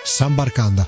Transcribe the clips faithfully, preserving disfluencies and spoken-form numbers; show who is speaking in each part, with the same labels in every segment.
Speaker 1: Sambarcanda.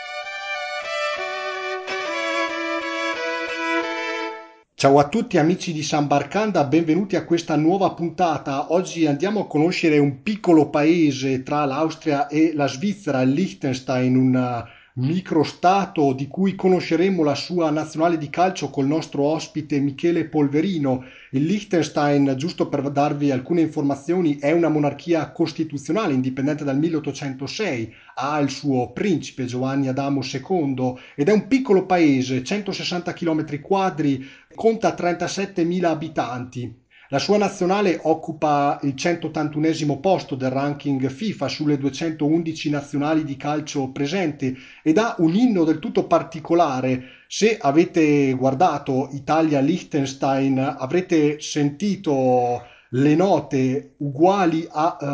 Speaker 2: Ciao a tutti amici di San Barcanda, benvenuti a questa nuova puntata. Oggi andiamo a conoscere un piccolo paese tra l'Austria e la Svizzera, il Liechtenstein, un eh, microstato di cui conosceremo la sua nazionale di calcio col nostro ospite Michele Polverino. Il Liechtenstein, giusto per darvi alcune informazioni, è una monarchia costituzionale indipendente dal milleottocentosei, ha il suo principe Giovanni Adamo secondo ed è un piccolo paese, centosessanta chilometri quadri, conta trentasettemila abitanti. La sua nazionale occupa il centottantunesimo posto del ranking FIFA sulle duecentoundici nazionali di calcio presenti ed ha un inno del tutto particolare. Se avete guardato Italia-Liechtenstein avrete sentito le note uguali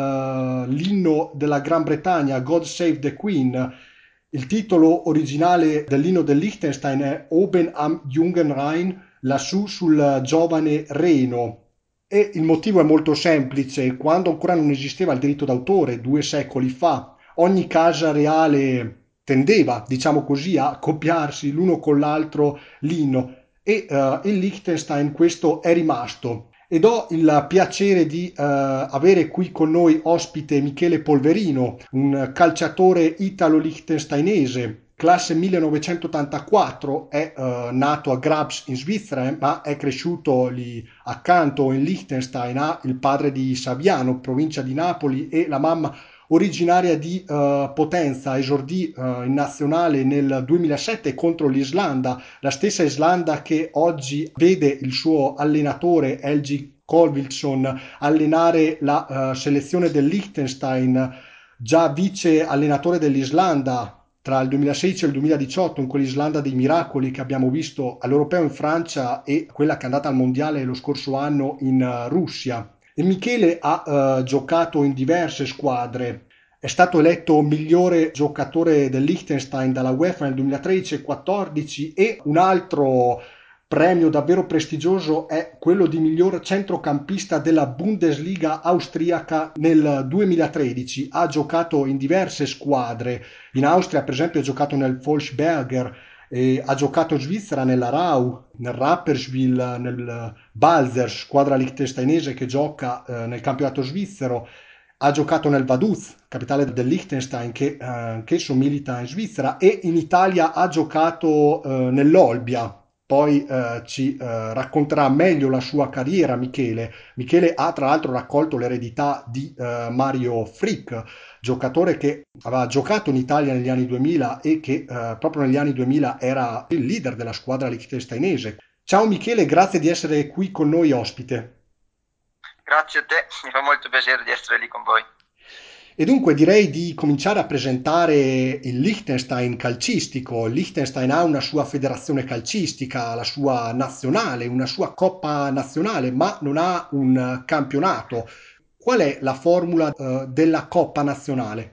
Speaker 2: all'inno della Gran Bretagna, God Save the Queen. Il titolo originale dell'inno del Liechtenstein è Oben am Jungen Rhein, lassù sul giovane Reno. E il motivo è molto semplice: quando ancora non esisteva il diritto d'autore, due secoli fa, ogni casa reale tendeva, diciamo così, a copiarsi l'uno con l'altro l'inno e eh, il Liechtenstein questo è rimasto. Ed ho il piacere di eh, avere qui con noi ospite Michele Polverino, un calciatore italo-liechtensteinese, classe millenovecentottantaquattro, è eh, nato a Grabs in Svizzera, eh, ma è cresciuto lì accanto in Liechtenstein, ha il padre di Saviano, provincia di Napoli, e la mamma originaria di eh, Potenza. Esordì eh, in nazionale nel duemilasette contro l'Islanda, la stessa Islanda che oggi vede il suo allenatore Helgi Colvilson allenare la uh, selezione del Liechtenstein, già vice allenatore dell'Islanda tra il duemilasedici e il duemiladiciotto, in quell'Islanda dei miracoli che abbiamo visto all'Europeo in Francia e quella che è andata al Mondiale lo scorso anno in uh, Russia. E Michele ha uh, giocato in diverse squadre. È stato eletto migliore giocatore del Liechtenstein dalla UEFA nel duemilatredici e quattordici e un altro premio davvero prestigioso è quello di miglior centrocampista della Bundesliga austriaca nel duemilatredici. Ha giocato in diverse squadre. In Austria, per esempio, ha giocato nel Wolfsberger, e ha giocato in Svizzera nella Rau, nel Rapperswil, nel Balzers, squadra liechtensteinese che gioca eh, nel campionato svizzero. Ha giocato nel Vaduz, capitale del Liechtenstein, che eh, anch'esso milita in Svizzera, e in Italia ha giocato eh, nell'Olbia. Poi eh, ci eh, racconterà meglio la sua carriera Michele. Michele ha tra l'altro raccolto l'eredità di eh, Mario Frick, giocatore che aveva giocato in Italia negli anni duemila e che eh, proprio negli anni duemila era il leader della squadra liechtensteinese. Ciao Michele, grazie di essere qui con noi ospite.
Speaker 3: Grazie a te, mi fa molto piacere di essere lì con voi.
Speaker 2: E dunque direi di cominciare a presentare il Liechtenstein calcistico. Il Liechtenstein ha una sua federazione calcistica, la sua nazionale, una sua coppa nazionale, ma non ha un campionato. Qual è la formula eh, della coppa nazionale?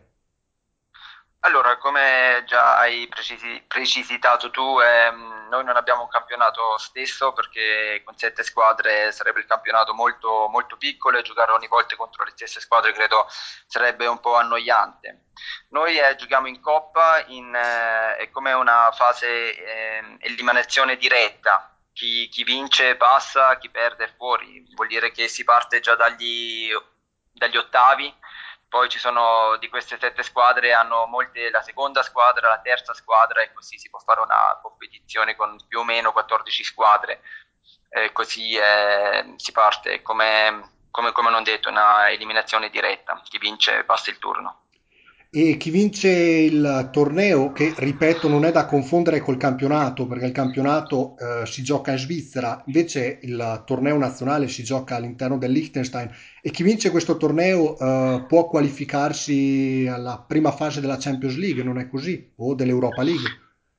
Speaker 3: Allora, come già hai precisi- precisitato tu, ehm, noi non abbiamo un campionato stesso perché con sette squadre sarebbe il campionato molto, molto piccolo e giocare ogni volta contro le stesse squadre credo sarebbe un po' annoiante. Noi eh, giochiamo in Coppa, in, eh, è come una fase ehm, eliminazione diretta. Chi, chi vince passa, chi perde è fuori. Vuol dire che si parte già dagli, dagli ottavi. Poi ci sono di queste sette squadre, hanno molte la seconda squadra, la terza squadra e così si può fare una competizione con più o meno quattordici squadre. E così eh, si parte come, come, come non detto, una eliminazione diretta. Chi vince passa il turno.
Speaker 2: E chi vince il torneo, che ripeto non è da confondere col campionato, perché il campionato eh, si gioca in Svizzera, invece il torneo nazionale si gioca all'interno del Liechtenstein, e chi vince questo torneo eh, può qualificarsi alla prima fase della Champions League, non è così? O dell'Europa League?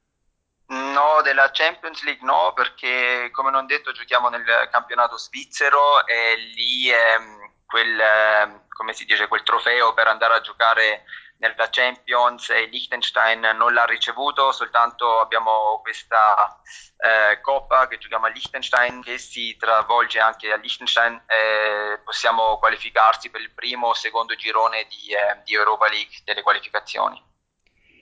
Speaker 3: No, della Champions League no, perché come non detto giochiamo nel campionato svizzero e lì ehm, quel, ehm, come si dice, quel trofeo per andare a giocare nella Champions e il Liechtenstein non l'ha ricevuto, soltanto abbiamo questa eh, coppa che giochiamo a Liechtenstein che si travolge anche a Liechtenstein e possiamo qualificarsi per il primo o secondo girone di, eh, di Europa League delle qualificazioni.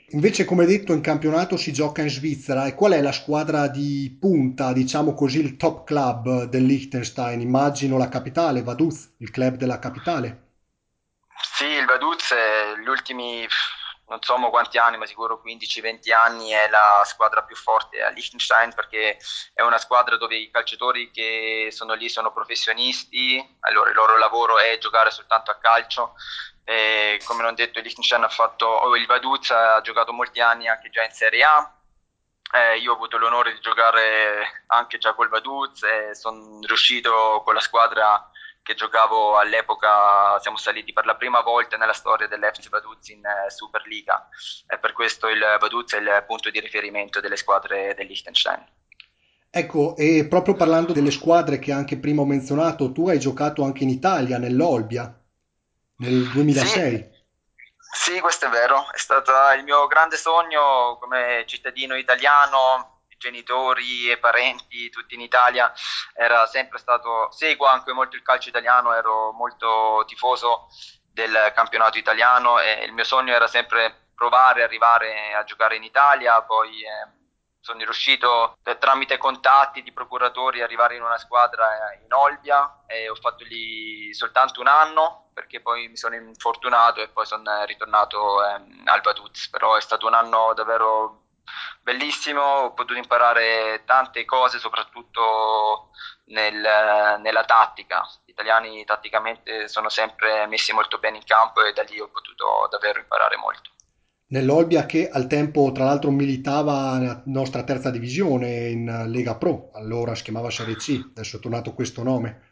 Speaker 2: Invece, come detto, in campionato si gioca in Svizzera. E qual è la squadra di punta, diciamo così, il top club del Liechtenstein? Immagino la capitale, Vaduz, il club della capitale.
Speaker 3: Sì, il Vaduz è gli ultimi, pff, non so mo quanti anni, ma sicuro quindici venti anni è la squadra più forte a Liechtenstein perché è una squadra dove i calciatori che sono lì sono professionisti, allora il loro lavoro è giocare soltanto a calcio. E, come non detto, il Liechtenstein ha fatto, o il Vaduz ha giocato molti anni anche già in Serie A. Eh, io ho avuto l'onore di giocare anche già col Vaduz e sono riuscito con la squadra che giocavo all'epoca, siamo saliti per la prima volta nella storia dell'F C Vaduz in eh, Superliga e per questo il Vaduz è il punto di riferimento delle squadre del Liechtenstein.
Speaker 2: Ecco, e proprio parlando delle squadre che anche prima ho menzionato, tu hai giocato anche in Italia, nell'Olbia, nel
Speaker 3: Sì,
Speaker 2: duemilasei.
Speaker 3: sì, questo è vero, è stato il mio grande sogno come cittadino italiano, i genitori e parenti, tutti in Italia, era sempre stato, seguo anche molto il calcio italiano, ero molto tifoso del campionato italiano e il mio sogno era sempre provare ad arrivare a giocare in Italia, poi eh, sono riuscito eh, tramite contatti di procuratori ad arrivare in una squadra eh, in Olbia e ho fatto lì soltanto un anno perché poi mi sono infortunato e poi sono ritornato ehm, al Vaduz, però è stato un anno davvero bellissimo, ho potuto imparare tante cose, soprattutto nel- nella tattica. Gli italiani tatticamente sono sempre messi molto bene in campo e da lì ho potuto davvero imparare molto.
Speaker 2: Nell'Olbia che al tempo tra l'altro militava nella nostra terza divisione in Lega Pro, allora si chiamava Serie C, adesso è tornato questo nome.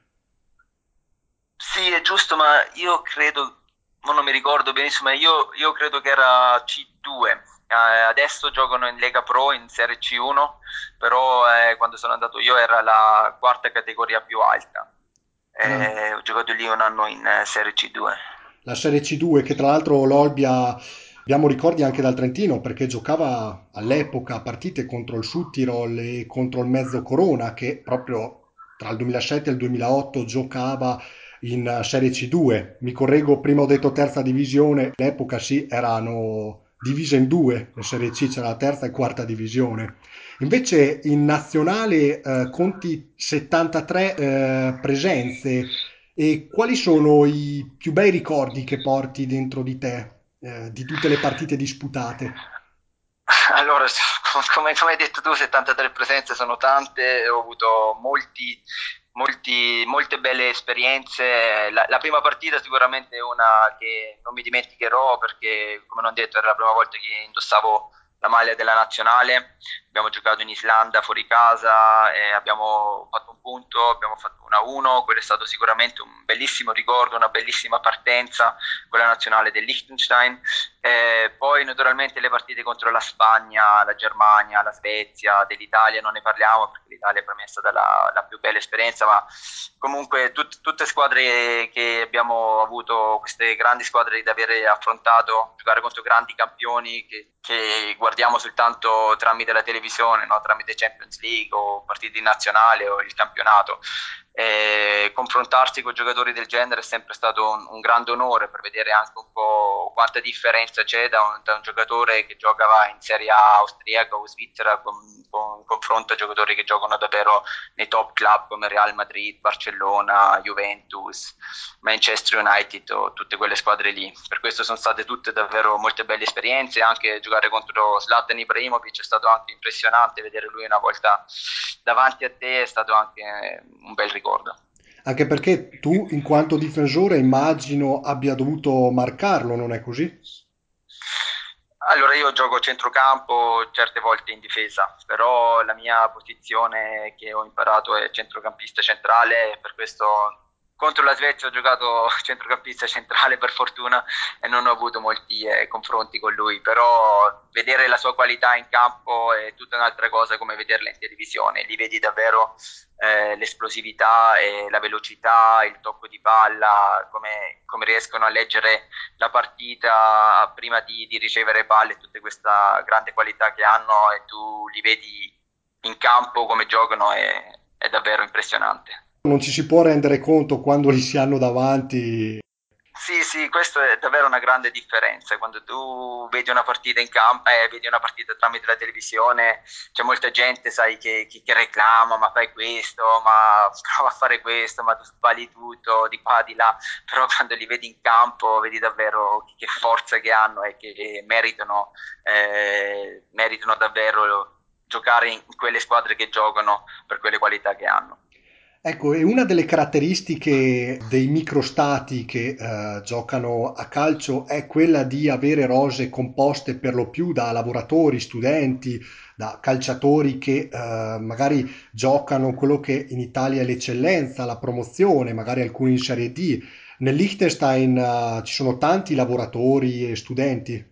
Speaker 3: Sì, è giusto, ma io credo, ma non mi ricordo benissimo, ma io, io credo che era C due. Eh, adesso giocano in Lega Pro, in Serie C uno, però eh, quando sono andato io era la quarta categoria più alta.
Speaker 2: Ah,
Speaker 3: Eh, ho giocato lì un anno in eh, Serie C due.
Speaker 2: la Serie C due che tra l'altro l'Olbia abbiamo ricordi anche dal Trentino perché giocava all'epoca partite contro il Südtirol e contro il Mezzo Corona che proprio tra il duemilasette e il duemilaotto giocava in Serie C due. Mi correggo, prima ho detto terza divisione, all'epoca sì, erano divise in due, le Serie C c'era la terza e quarta divisione. Invece in nazionale eh, conti settantatré eh, presenze. E quali sono i più bei ricordi che porti dentro di te, eh, di tutte le partite disputate?
Speaker 3: Allora, come, come hai detto tu, settantatré presenze sono tante, ho avuto molti, molti, molte belle esperienze. La, la prima partita sicuramente è una che non mi dimenticherò perché, come non detto, era la prima volta che indossavo la maglia della nazionale. Abbiamo giocato in Islanda fuori casa e abbiamo fatto un punto, abbiamo fatto uno a uno. Quello è stato sicuramente un bellissimo ricordo, una bellissima partenza con la nazionale del Liechtenstein. Eh, poi naturalmente le partite contro la Spagna, la Germania, la Svezia, dell'Italia non ne parliamo perché l'Italia per me è stata la, la più bella esperienza, ma comunque tut- tutte squadre che abbiamo avuto, queste grandi squadre da avere affrontato, giocare contro grandi campioni che, che guardiamo soltanto tramite la televisione, no? Tramite Champions League o partiti nazionali o il campionato. E confrontarsi con giocatori del genere è sempre stato un, un grande onore per vedere anche un po' quanta differenza c'è da un, da un giocatore che giocava in Serie A austriaca o svizzera con, con confronto a giocatori che giocano davvero nei top club come Real Madrid, Barcellona, Juventus, Manchester United o tutte quelle squadre lì. Per questo sono state tutte davvero molte belle esperienze, anche giocare contro Zlatan Ibrahimovic è stato anche impressionante vedere lui una volta davanti a te, è stato anche un bel ricordo.
Speaker 2: Anche perché tu, in quanto difensore, immagino abbia dovuto marcarlo, non è così?
Speaker 3: Allora io gioco centrocampo, certe volte in difesa, però la mia posizione che ho imparato è centrocampista centrale, e per questo contro la Svezia ho giocato centrocampista centrale per fortuna e non ho avuto molti eh, confronti con lui, però vedere la sua qualità in campo è tutta un'altra cosa come vederla in televisione, lì vedi davvero eh, l'esplosività e la velocità, il tocco di palla, come, come riescono a leggere la partita prima di, di ricevere palle, tutta questa grande qualità che hanno e tu li vedi in campo come giocano è, è davvero impressionante.
Speaker 2: Non ci si può rendere conto quando li si hanno davanti.
Speaker 3: Sì, sì, questo è davvero una grande differenza. Quando tu vedi una partita in campo, eh, vedi una partita tramite la televisione, c'è molta gente, sai, che, che- che reclama, ma fai questo, ma prova a fare questo, ma tu sbagli tutto, di qua, di là. Però quando li vedi in campo, vedi davvero che forza che hanno e che meritano, eh, meritano davvero giocare in quelle squadre che giocano per quelle qualità che hanno.
Speaker 2: Ecco, e una delle caratteristiche dei microstati che eh, giocano a calcio è quella di avere rose composte per lo più da lavoratori, studenti, da calciatori che eh, magari giocano quello che in Italia è l'eccellenza, la promozione, magari alcuni in Serie D. Nel Liechtenstein eh, ci sono tanti lavoratori e studenti.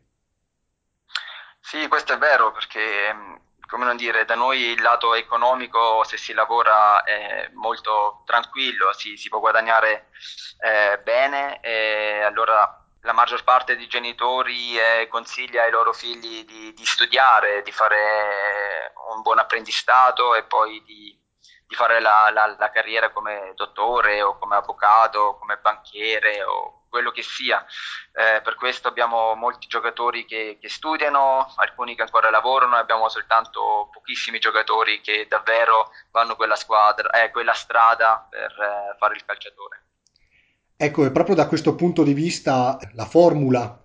Speaker 3: Sì, questo è vero perché, mh, come non dire, da noi il lato economico, se si lavora, è molto tranquillo, si, si può guadagnare eh, bene e allora la maggior parte dei genitori eh, consiglia ai loro figli di, di studiare, di fare un buon apprendistato e poi di, di fare la, la- la carriera come dottore o come avvocato o come banchiere o quello che sia. Eh, per questo abbiamo molti giocatori che, che studiano, alcuni che ancora lavorano, e abbiamo soltanto pochissimi giocatori che davvero vanno quella squadra, eh, quella strada per eh, fare il calciatore.
Speaker 2: Ecco, e proprio da questo punto di vista la formula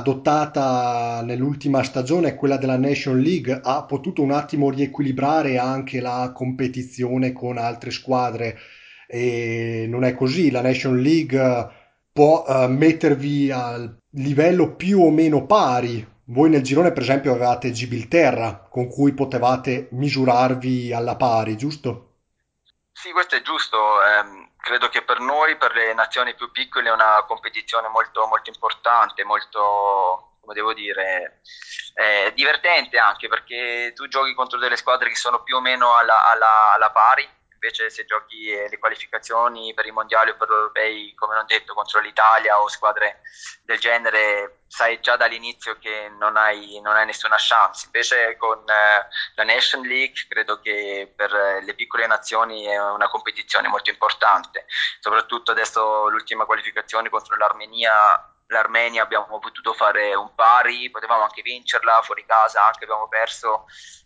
Speaker 2: adottata nell'ultima stagione, quella della Nation League, ha potuto un attimo riequilibrare anche la competizione con altre squadre. E non è così, la Nation League eh, può eh, mettervi al livello più o meno pari. Voi nel girone, per esempio, avevate Gibilterra con cui potevate misurarvi alla pari, giusto?
Speaker 3: Sì, questo è giusto. Ehm, credo che per noi, per le nazioni più piccole, è una competizione molto, molto importante, molto, come devo dire, eh, divertente anche perché tu giochi contro delle squadre che sono più o meno alla, alla- alla pari. Invece, se giochi eh, le qualificazioni per i mondiali o per gli europei, come non detto, contro l'Italia o squadre del genere, sai già dall'inizio che non hai, non hai nessuna chance. Invece, con eh, la Nation League credo che per le piccole nazioni è una competizione molto importante, soprattutto adesso l'ultima qualificazione contro l'Armenia. L'Armenia abbiamo potuto fare un pari, potevamo anche vincerla fuori casa, anche abbiamo perso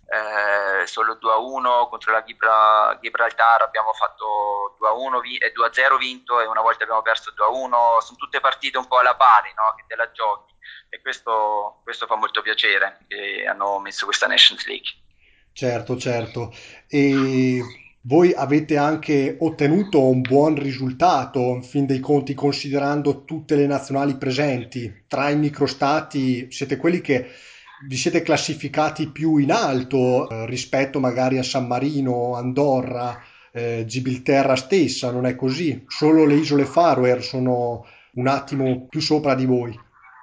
Speaker 3: eh, solo due a uno contro la Gibra- Gibraltar, abbiamo fatto due a uno vi- e due a zero vinto e una volta abbiamo perso due a uno, sono tutte partite un po' alla pari, no? Che te la giochi e questo, questo fa molto piacere che hanno messo questa Nations League.
Speaker 2: Certo, certo. E voi avete anche ottenuto un buon risultato, in fin dei conti, considerando tutte le nazionali presenti. Tra i microstati siete quelli che vi siete classificati più in alto, eh, rispetto magari a San Marino, Andorra, eh, Gibilterra stessa, non è così? Solo le isole Faroe sono un attimo più sopra di voi.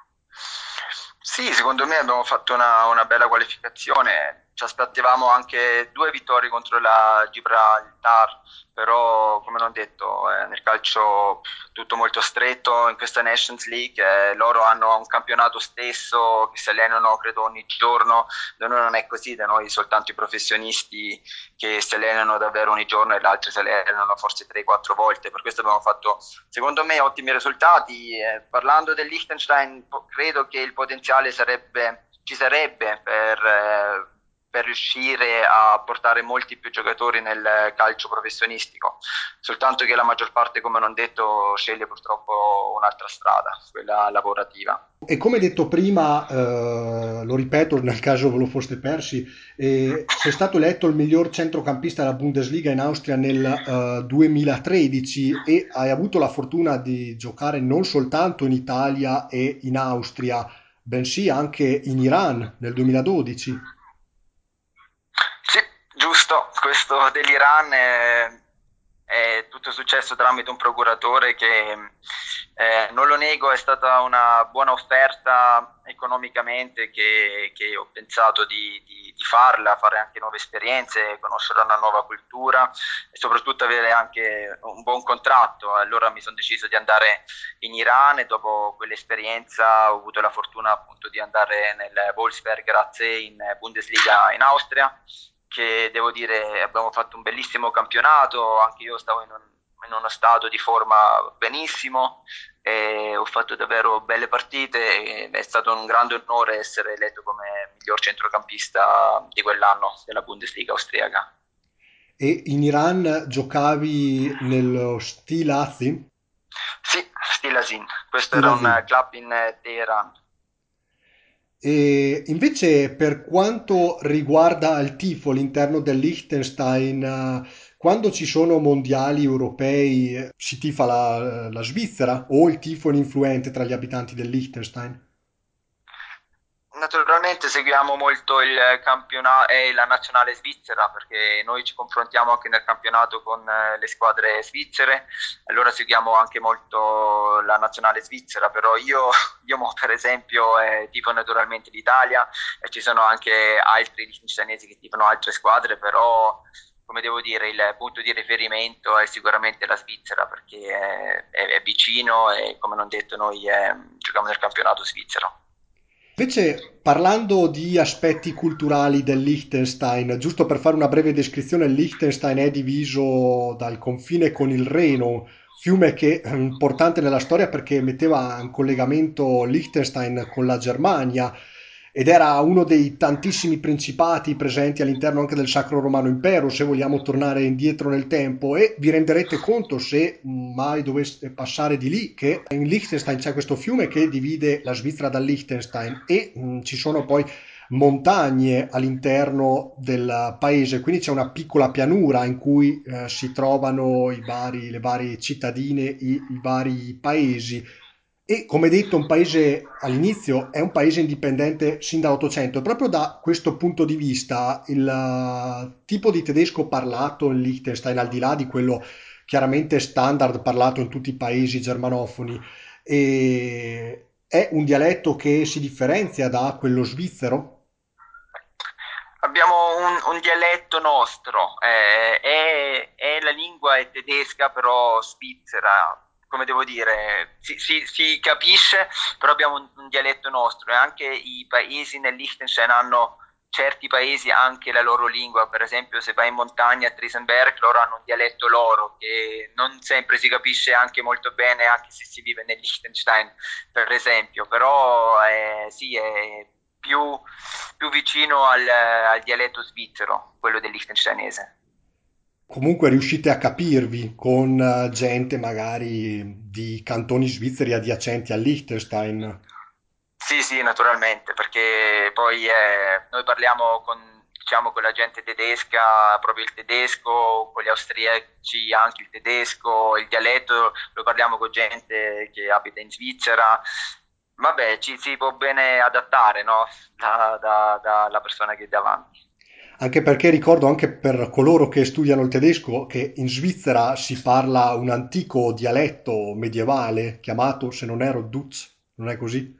Speaker 3: Sì, secondo me abbiamo fatto una, una bella qualificazione. Ci aspettavamo anche due vittorie contro la Gibraltar, però come non detto, eh, nel calcio pff, tutto molto stretto in questa Nations League. Eh, loro hanno un campionato stesso che si allenano, credo, ogni giorno. Da noi non è così, da noi soltanto i professionisti che si allenano davvero ogni giorno e gli altri si allenano forse tre quattro volte. Per questo abbiamo fatto secondo me ottimi risultati. Eh, parlando del Liechtenstein, po- credo che il potenziale sarebbe, ci sarebbe per, eh, per riuscire a portare molti più giocatori nel calcio professionistico, soltanto che la maggior parte, come non detto, sceglie purtroppo un'altra strada, quella lavorativa.
Speaker 2: E come detto prima, eh, lo ripeto nel caso ve lo foste persi, eh, sei stato eletto il miglior centrocampista della Bundesliga in Austria nel eh, duemilatredici e hai avuto la fortuna di giocare non soltanto in Italia e in Austria, bensì anche in Iran nel duemiladodici.
Speaker 3: Sì, giusto, questo dell'Iran è, è tutto successo tramite un procuratore che, eh, non lo nego, è stata una buona offerta economicamente che, che ho pensato di, di- di farla, fare anche nuove esperienze, conoscere una nuova cultura e soprattutto avere anche un buon contratto. Allora mi sono deciso di andare in Iran e dopo quell'esperienza ho avuto la fortuna appunto di andare nel Wolfsberg Graz in Bundesliga in Austria che devo dire abbiamo fatto un bellissimo campionato, anche io stavo in un, in uno stato di forma benissimo e ho fatto davvero belle partite e è stato un grande onore essere eletto come miglior centrocampista di quell'anno della Bundesliga austriaca.
Speaker 2: E in Iran giocavi nello Stilazzi?
Speaker 3: Sì, Stilasin, questo era un
Speaker 2: Stilazin.
Speaker 3: eh, club in eh, Teheran.
Speaker 2: E invece per quanto riguarda il tifo all'interno del Liechtenstein, eh, quando ci sono mondiali europei, eh, si tifa la, la Svizzera o il tifo è un influente tra gli abitanti del Liechtenstein?
Speaker 3: Naturalmente seguiamo molto il campionato e la nazionale svizzera perché noi ci confrontiamo anche nel campionato con eh, le squadre svizzere, allora seguiamo anche molto la nazionale svizzera, però io, io mo, per esempio eh, tifo naturalmente l'Italia e ci sono anche altri liechtensteinesi che tifano altre squadre, però come devo dire il punto di riferimento è sicuramente la Svizzera perché è, è, è vicino e come non detto noi eh, giochiamo nel campionato svizzero.
Speaker 2: Invece, parlando di aspetti culturali del Liechtenstein, giusto per fare una breve descrizione, il Liechtenstein è diviso dal confine con il Reno, fiume che è importante nella storia perché metteva in collegamento Liechtenstein con la Germania ed era uno dei tantissimi principati presenti all'interno anche del Sacro Romano Impero, se vogliamo tornare indietro nel tempo, e vi renderete conto, se mai doveste passare di lì, che in Liechtenstein c'è questo fiume che divide la Svizzera dal Liechtenstein e mh, ci sono poi montagne all'interno del paese, quindi c'è una piccola pianura in cui eh, si trovano i vari, le varie cittadine, i, i vari paesi. E come detto, un paese all'inizio è un paese indipendente sin dall'Ottocento e proprio da questo punto di vista il eh, tipo di tedesco parlato in Liechtenstein, al di là di quello chiaramente standard parlato in tutti i paesi germanofoni, e è un dialetto che si differenzia da quello svizzero.
Speaker 3: Abbiamo un, un dialetto nostro, eh, è, è la lingua è tedesca, però svizzera, come devo dire, si, si- si capisce, però abbiamo un, un dialetto nostro e anche i paesi nel Liechtenstein hanno certi paesi anche la loro lingua, per esempio se vai in montagna a Trisenberg loro hanno un dialetto loro che non sempre si capisce anche molto bene anche se si vive nel Liechtenstein per esempio, però eh, sì, è più, più vicino al, al dialetto svizzero, quello del liechtensteinese.
Speaker 2: Comunque riuscite a capirvi con eh, gente magari di cantoni svizzeri adiacenti al Liechtenstein.
Speaker 3: Sì, sì, naturalmente, perché poi eh, noi parliamo con, diciamo, con la gente tedesca, proprio il tedesco, con gli austriaci anche il tedesco, il dialetto lo parliamo con gente che abita in Svizzera. Vabbè, ci si può bene adattare, no? Da, da- dalla persona che è davanti.
Speaker 2: Anche perché ricordo anche per coloro che studiano il tedesco che in Svizzera si parla un antico dialetto medievale chiamato, se non erro, Dutz, non è così?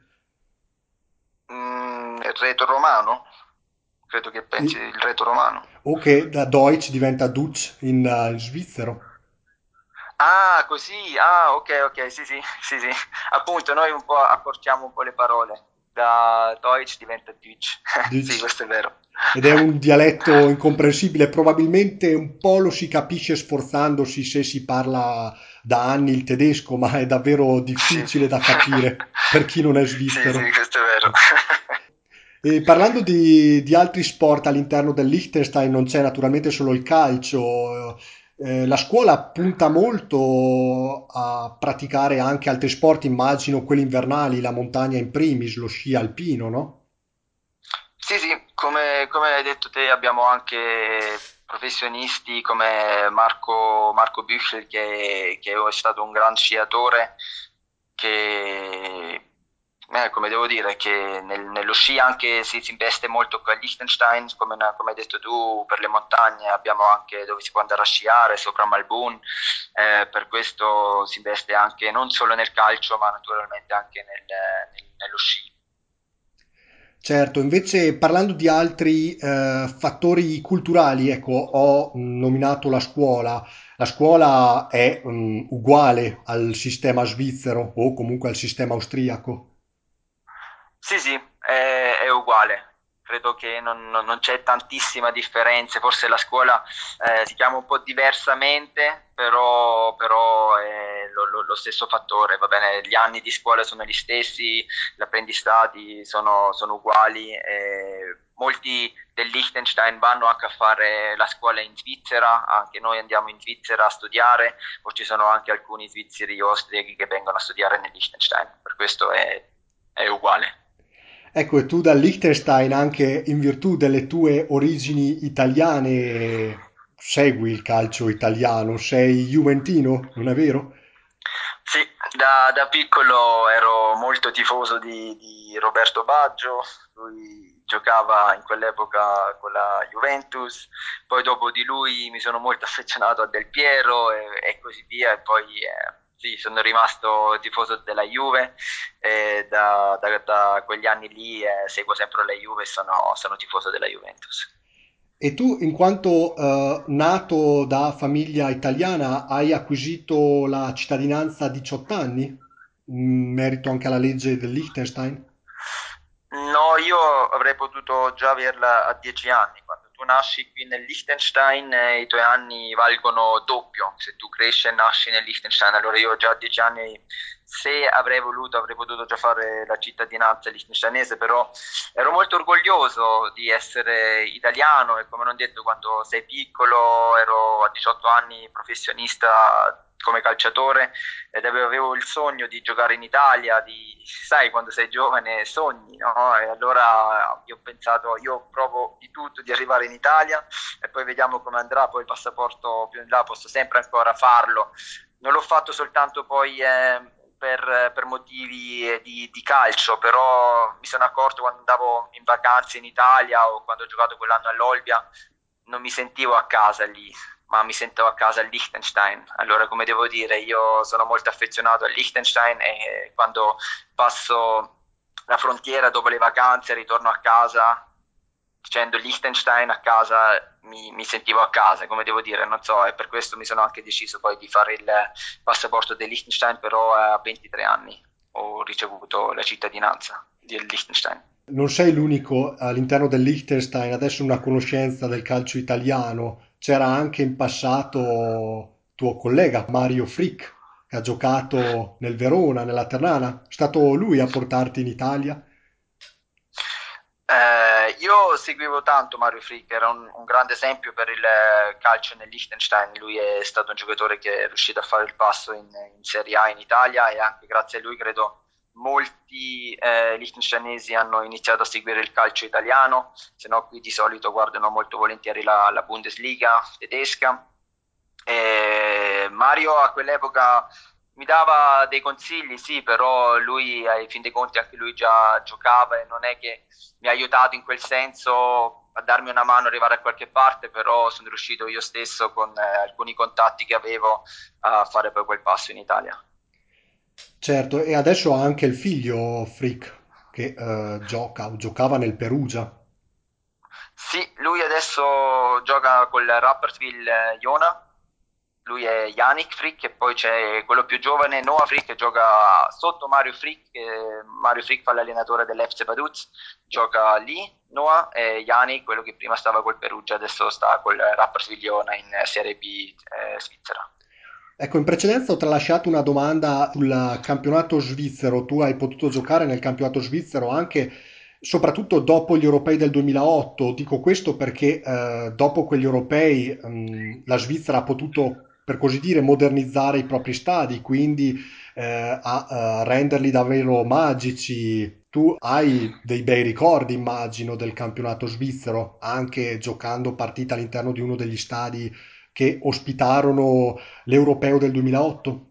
Speaker 3: Mm, il reto romano? Credo che pensi
Speaker 2: E-
Speaker 3: il reto romano.
Speaker 2: o che da Deutsch diventa Dutch in, eh, in svizzero.
Speaker 3: Ah, così, ah, ok, ok, sì, sì, sì, sì. Appunto, noi un po' accorciamo un po' le parole. Da Deutsch diventa Deutsch. Sì,
Speaker 2: Dutch.
Speaker 3: questo è vero.
Speaker 2: Ed è un dialetto incomprensibile, probabilmente un po' lo si capisce sforzandosi se si parla da anni il tedesco, ma è davvero
Speaker 3: Sì, sì.
Speaker 2: difficile da capire per chi non è
Speaker 3: Sì, sì,
Speaker 2: svizzero.
Speaker 3: questo è vero.
Speaker 2: E parlando di, di altri sport all'interno del Liechtenstein, non c'è naturalmente solo il calcio. Eh, la scuola punta molto a praticare anche altri sport, immagino quelli invernali, la montagna in primis, lo sci alpino, no?
Speaker 3: Sì, sì, come, come hai detto te, abbiamo anche professionisti come Marco, Marco Büchel, che, che è stato un gran sciatore, che, eh, come devo dire, che nel- nello sci anche si, si investe molto con Liechtenstein, come, come hai detto tu, per le montagne abbiamo anche dove si può andare a sciare, sopra Malbun, eh, per questo si investe anche non solo nel calcio, ma naturalmente anche nel- nel- nello sci.
Speaker 2: Certo, invece parlando di altri eh, fattori culturali, ecco, ho mh, nominato la scuola. La scuola è mh, uguale al sistema svizzero o comunque al sistema austriaco.
Speaker 3: Sì, sì, è, è uguale. credo che non, non- non c'è tantissima differenza, forse la scuola eh, si chiama un po' diversamente, però, però è lo, lo- lo stesso fattore, va bene? Gli anni di scuola sono gli stessi, gli apprendistati sono, sono uguali. E molti del Liechtenstein vanno anche a fare la scuola in Svizzera, anche noi andiamo in Svizzera a studiare, o ci sono anche alcuni svizzeri o austriachi che vengono a studiare nel Liechtenstein, per questo è, è uguale.
Speaker 2: Ecco, e tu dal Liechtenstein, anche in virtù delle tue origini italiane, segui il calcio italiano, sei juventino, non è vero?
Speaker 3: Sì, da, da piccolo ero molto tifoso di, di Roberto Baggio, lui giocava in quell'epoca con la Juventus, poi dopo di lui mi sono molto affezionato a Del Piero e, e così via, e poi eh, sì, sono rimasto tifoso della Juve e da, da- da quegli anni lì eh, seguo sempre la Juve e sono, sono tifoso della Juventus.
Speaker 2: E tu, in quanto eh, nato da famiglia italiana, hai acquisito la cittadinanza a diciotto anni, in merito anche alla legge del Liechtenstein?
Speaker 3: No, io avrei potuto già averla a dieci anni. Quando tu nasci qui nel Liechtenstein, eh, i tuoi anni valgono doppio. Se tu cresci e nasci nel Liechtenstein, allora io già a dieci anni, se avrei voluto, avrei potuto già fare la cittadinanza liechtensteinese, però ero molto orgoglioso di essere italiano e come non detto, quando sei piccolo, ero a diciotto anni professionista come calciatore ed avevo, avevo il sogno di giocare in Italia, di, sai, quando sei giovane sogni, no? E allora io ho pensato, io provo di tutto di arrivare in Italia e poi vediamo come andrà, poi il passaporto più in là posso sempre ancora farlo. Non l'ho fatto soltanto poi eh, per, per motivi di, di calcio, però mi sono accorto quando andavo in vacanze in Italia o quando ho giocato quell'anno all'Olbia, non mi sentivo a casa lì, ma mi sento a casa a Liechtenstein. Allora, come devo dire, io sono molto affezionato a Liechtenstein e quando passo la frontiera dopo le vacanze, ritorno a casa, dicendo Liechtenstein a casa, mi, mi sentivo a casa, come devo dire, non so, e per questo mi sono anche deciso poi di fare il passaporto del Liechtenstein, però a ventitré anni ho ricevuto la cittadinanza del Liechtenstein.
Speaker 2: Non sei l'unico all'interno del Liechtenstein, adesso una conoscenza del calcio italiano. C'era anche in passato tuo collega Mario Frick, che ha giocato nel Verona, nella Ternana. È stato lui a portarti in Italia?
Speaker 3: Eh, io seguivo tanto Mario Frick, era un, un grande esempio per il eh, calcio nel Liechtenstein. Lui è stato un giocatore che è riuscito a fare il passo in, in Serie A in Italia e anche grazie a lui credo molti eh, liechtensteinesi hanno iniziato a seguire il calcio italiano, se no qui di solito guardano molto volentieri la, la Bundesliga tedesca. E Mario a quell'epoca mi dava dei consigli, sì, però lui ai fin dei conti anche lui già giocava e non è che mi ha aiutato in quel senso a darmi una mano ad arrivare a qualche parte, però sono riuscito io stesso con eh, alcuni contatti che avevo a fare poi quel passo in Italia.
Speaker 2: Certo, e adesso ha anche il figlio Frick, che eh, gioca o giocava nel Perugia.
Speaker 3: Sì, lui adesso gioca col Rapperswil Jona, lui è Yannick Frick e poi c'è quello più giovane Noah Frick che gioca sotto Mario Frick, che Mario Frick fa l'allenatore dell'F C Vaduz, gioca lì Noah e Yannick, quello che prima stava col Perugia, adesso sta col Rapperswil Jona in Serie B eh, svizzera.
Speaker 2: Ecco, in precedenza ho tralasciato una domanda sul campionato svizzero. Tu hai potuto giocare nel campionato svizzero anche, soprattutto dopo gli europei del duemilaotto. Dico questo perché eh, dopo quegli europei ehm, la Svizzera ha potuto, per così dire, modernizzare i propri stadi, quindi eh, a, a renderli davvero magici. Tu hai dei bei ricordi, immagino, del campionato svizzero, anche giocando partite all'interno di uno degli stadi che ospitarono l'Europeo del duemilaotto.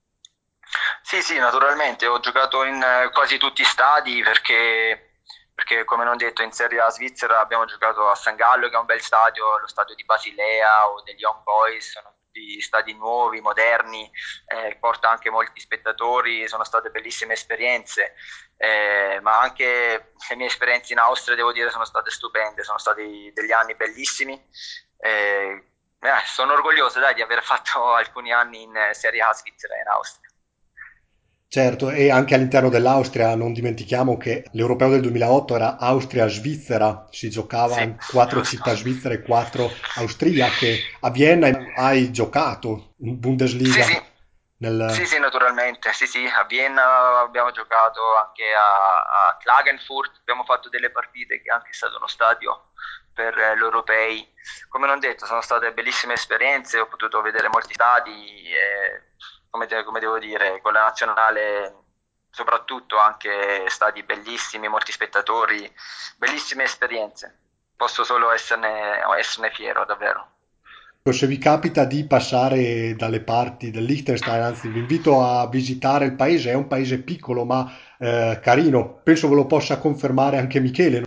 Speaker 3: Sì, sì, naturalmente, ho giocato in eh, quasi tutti i stadi perché, perché, come non detto, in Serie A svizzera abbiamo giocato a San Gallo, che è un bel stadio, lo stadio di Basilea o degli Young Boys, sono tutti stadi nuovi, moderni, eh, porta anche molti spettatori, sono state bellissime esperienze, eh, ma anche le mie esperienze in Austria, devo dire, sono state stupende, sono stati degli anni bellissimi. eh, eh, Sono orgoglioso, dai, di aver fatto alcuni anni in eh, Serie A svizzera e in Austria.
Speaker 2: Certo, e anche all'interno dell'Austria non dimentichiamo che l'Europeo del duemilaotto era Austria-Svizzera, si giocava
Speaker 3: Sì,
Speaker 2: in quattro
Speaker 3: giusto.
Speaker 2: città svizzere e quattro austriache. A Vienna hai giocato in
Speaker 3: Sì,
Speaker 2: Bundesliga
Speaker 3: sì, sì,
Speaker 2: nel...
Speaker 3: sì, naturalmente. Sì, sì, a Vienna abbiamo giocato anche a, a Klagenfurt, abbiamo fatto delle partite che è anche stato uno stadio per eh, l'Europei. Come non detto, sono state bellissime esperienze, ho potuto vedere molti stadi e, come, de- come devo dire, con la nazionale soprattutto anche stadi bellissimi, molti spettatori, bellissime esperienze. Posso solo esserne, esserne fiero, davvero.
Speaker 2: Se vi capita di passare dalle parti del Liechtenstein, anzi vi invito a visitare il paese, è un paese piccolo ma eh, carino, penso ve lo possa confermare anche Michele.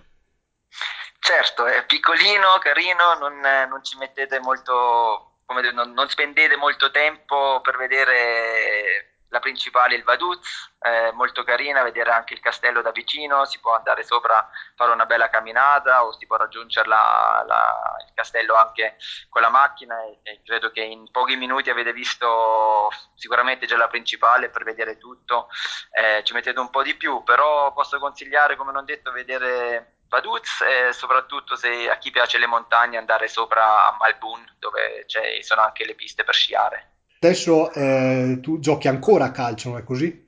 Speaker 3: Certo, è piccolino, carino, non, eh, non ci mettete molto, come dire, non, non spendete molto tempo per vedere la principale, il Vaduz, è molto carina, vedere anche il castello da vicino, si può andare sopra, fare una bella camminata o si può raggiungere la- la- il castello anche con la macchina e, e credo che in pochi minuti avete visto sicuramente già la principale per vedere tutto, eh, ci mettete un po' di più, però posso consigliare, come non detto, vedere Vaduz e soprattutto se a chi piace le montagne andare sopra a Malbun dove ci sono anche le piste per sciare.
Speaker 2: Adesso eh, tu giochi ancora a calcio, non è così?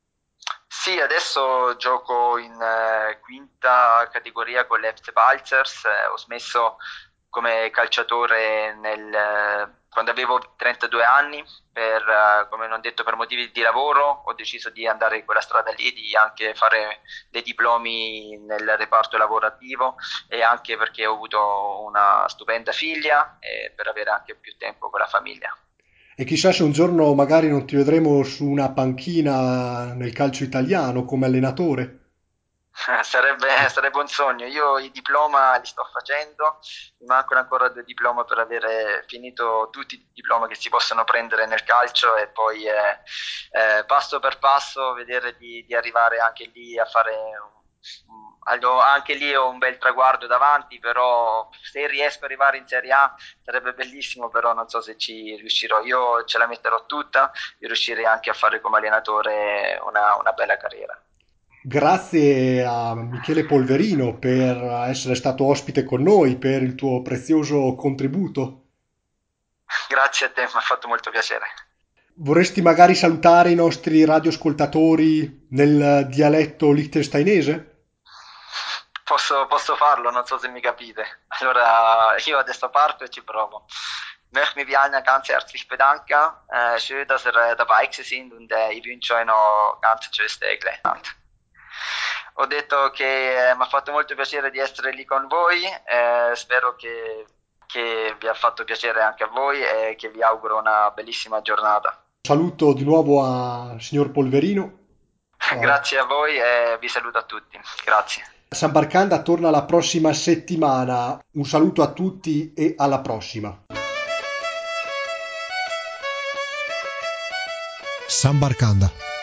Speaker 3: Sì, adesso gioco in eh, quinta categoria con l'F C Balzers, eh, ho smesso come calciatore nel, eh, quando avevo trentadue anni, per, eh, come non detto, per motivi di lavoro, ho deciso di andare in quella strada lì, di anche fare dei diplomi nel reparto lavorativo e anche perché ho avuto una stupenda figlia e per avere anche più tempo con la famiglia.
Speaker 2: E chissà se un giorno magari non ti vedremo su una panchina nel calcio italiano come allenatore.
Speaker 3: Sarebbe, sarebbe un sogno. Io i diploma li sto facendo, mi mancano ancora due diploma per avere finito tutti i diploma che si possono prendere nel calcio e poi eh, eh, passo per passo vedere di, di arrivare anche lì a fare un, un- allo- anche lì ho un bel traguardo davanti, però se riesco ad arrivare in Serie A sarebbe bellissimo, però non so se ci riuscirò. Io ce la metterò tutta e riuscirei anche a fare come allenatore una una bella carriera.
Speaker 2: Grazie a Michele Polverino per essere stato ospite con noi, per il tuo prezioso contributo.
Speaker 3: Grazie a te, mi ha fatto molto piacere.
Speaker 2: Vorresti magari salutare i nostri radioascoltatori nel dialetto liechtensteinese?
Speaker 3: Posso, posso farlo, non so se mi capite. Allora, io adesso parto e ci provo. Ich möchte mich bei allen ganz herzlich bedanken. Äh, schön, dass ihr äh, dabei gewesen sind und äh, ich wünsche euch noch ganz ein schönes Tag. Ho detto che eh, mi ha fatto molto piacere di essere lì con voi, eh, spero che, che vi ha fatto piacere anche a voi e che vi auguro una bellissima giornata.
Speaker 2: Saluto di nuovo a signor Polverino. Uh,
Speaker 3: Grazie a voi e vi saluto a tutti. Grazie.
Speaker 2: San Barcanda torna la prossima settimana. Un saluto a tutti e alla prossima.
Speaker 1: San Barcanda.